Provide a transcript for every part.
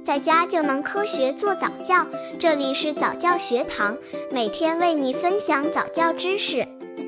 在家就能科学做早教。这里是早教学堂，每天为你分享早教知识。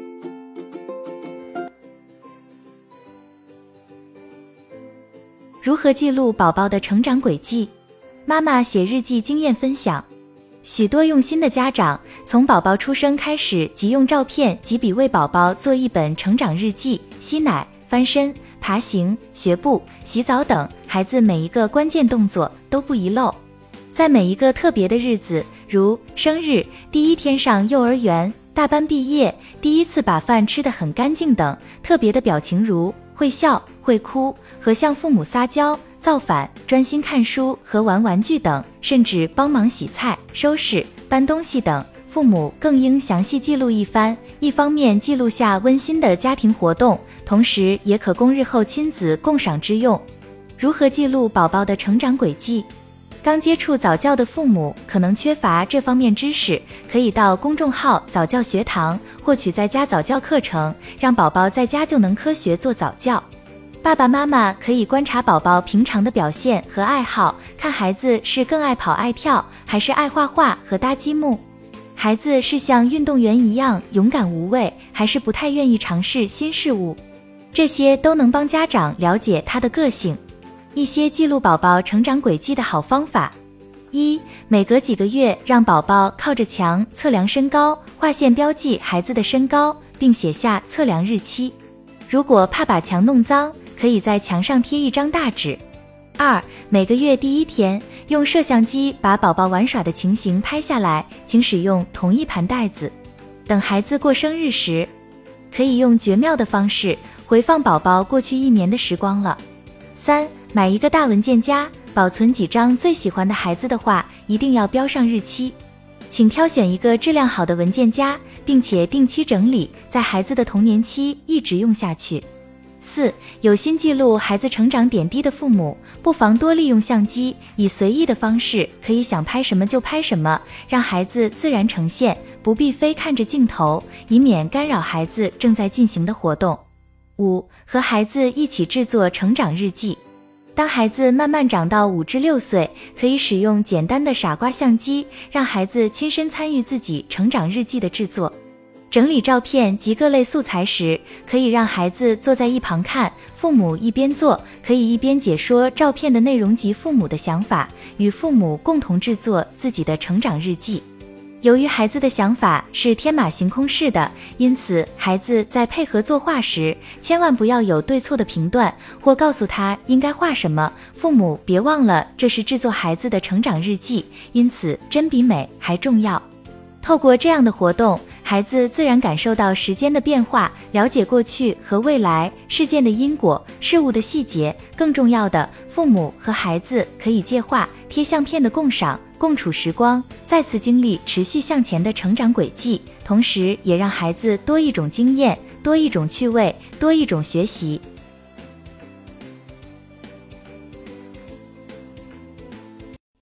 如何记录宝宝的成长轨迹？妈妈写日记经验分享。许多用心的家长从宝宝出生开始即用照片及笔为宝宝做一本成长日记，吸奶、翻身、爬行、学步、洗澡等孩子每一个关键动作都不遗漏。在每一个特别的日子，如生日、第一天上幼儿园、大班毕业、第一次把饭吃得很干净等特别的表情，如会笑、会哭和向父母撒娇、造反、专心看书和玩玩具等，甚至帮忙洗菜、收拾、搬东西等，父母更应详细记录一番，一方面记录下温馨的家庭活动，同时也可供日后亲子共赏之用。如何记录宝宝的成长轨迹？刚接触早教的父母可能缺乏这方面知识，可以到公众号早教学堂获取在家早教课程，让宝宝在家就能科学做早教。爸爸妈妈可以观察宝宝平常的表现和爱好，看孩子是更爱跑爱跳，还是爱画画和搭积木。孩子是像运动员一样勇敢无畏，还是不太愿意尝试新事物。这些都能帮家长了解他的个性。一些记录宝宝成长轨迹的好方法：一、每隔几个月让宝宝靠着墙测量身高，画线标记孩子的身高，并写下测量日期。如果怕把墙弄脏，可以在墙上贴一张大纸。二、每个月第一天，用摄像机把宝宝玩耍的情形拍下来，请使用同一盘带子。等孩子过生日时，可以用绝妙的方式回放宝宝过去一年的时光了。三、买一个大文件夹，保存几张最喜欢的孩子的画，一定要标上日期。请挑选一个质量好的文件夹，并且定期整理，在孩子的童年期一直用下去。四、有心记录孩子成长点滴的父母，不妨多利用相机，以随意的方式，可以想拍什么就拍什么，让孩子自然呈现，不必非看着镜头，以免干扰孩子正在进行的活动。五、和孩子一起制作成长日记。当孩子慢慢长到5至6岁，可以使用简单的傻瓜相机，让孩子亲身参与自己成长日记的制作。整理照片及各类素材时，可以让孩子坐在一旁看，父母一边做，可以一边解说照片的内容及父母的想法，与父母共同制作自己的成长日记。由于孩子的想法是天马行空式的，因此孩子在配合作画时，千万不要有对错的评断，或告诉他应该画什么。父母别忘了，这是制作孩子的成长日记，因此真比美还重要。透过这样的活动，孩子自然感受到时间的变化，了解过去和未来事件的因果、事物的细节。更重要的，父母和孩子可以借画、贴相片的共赏、共处时光，再次经历持续向前的成长轨迹，同时也让孩子多一种经验，多一种趣味，多一种学习。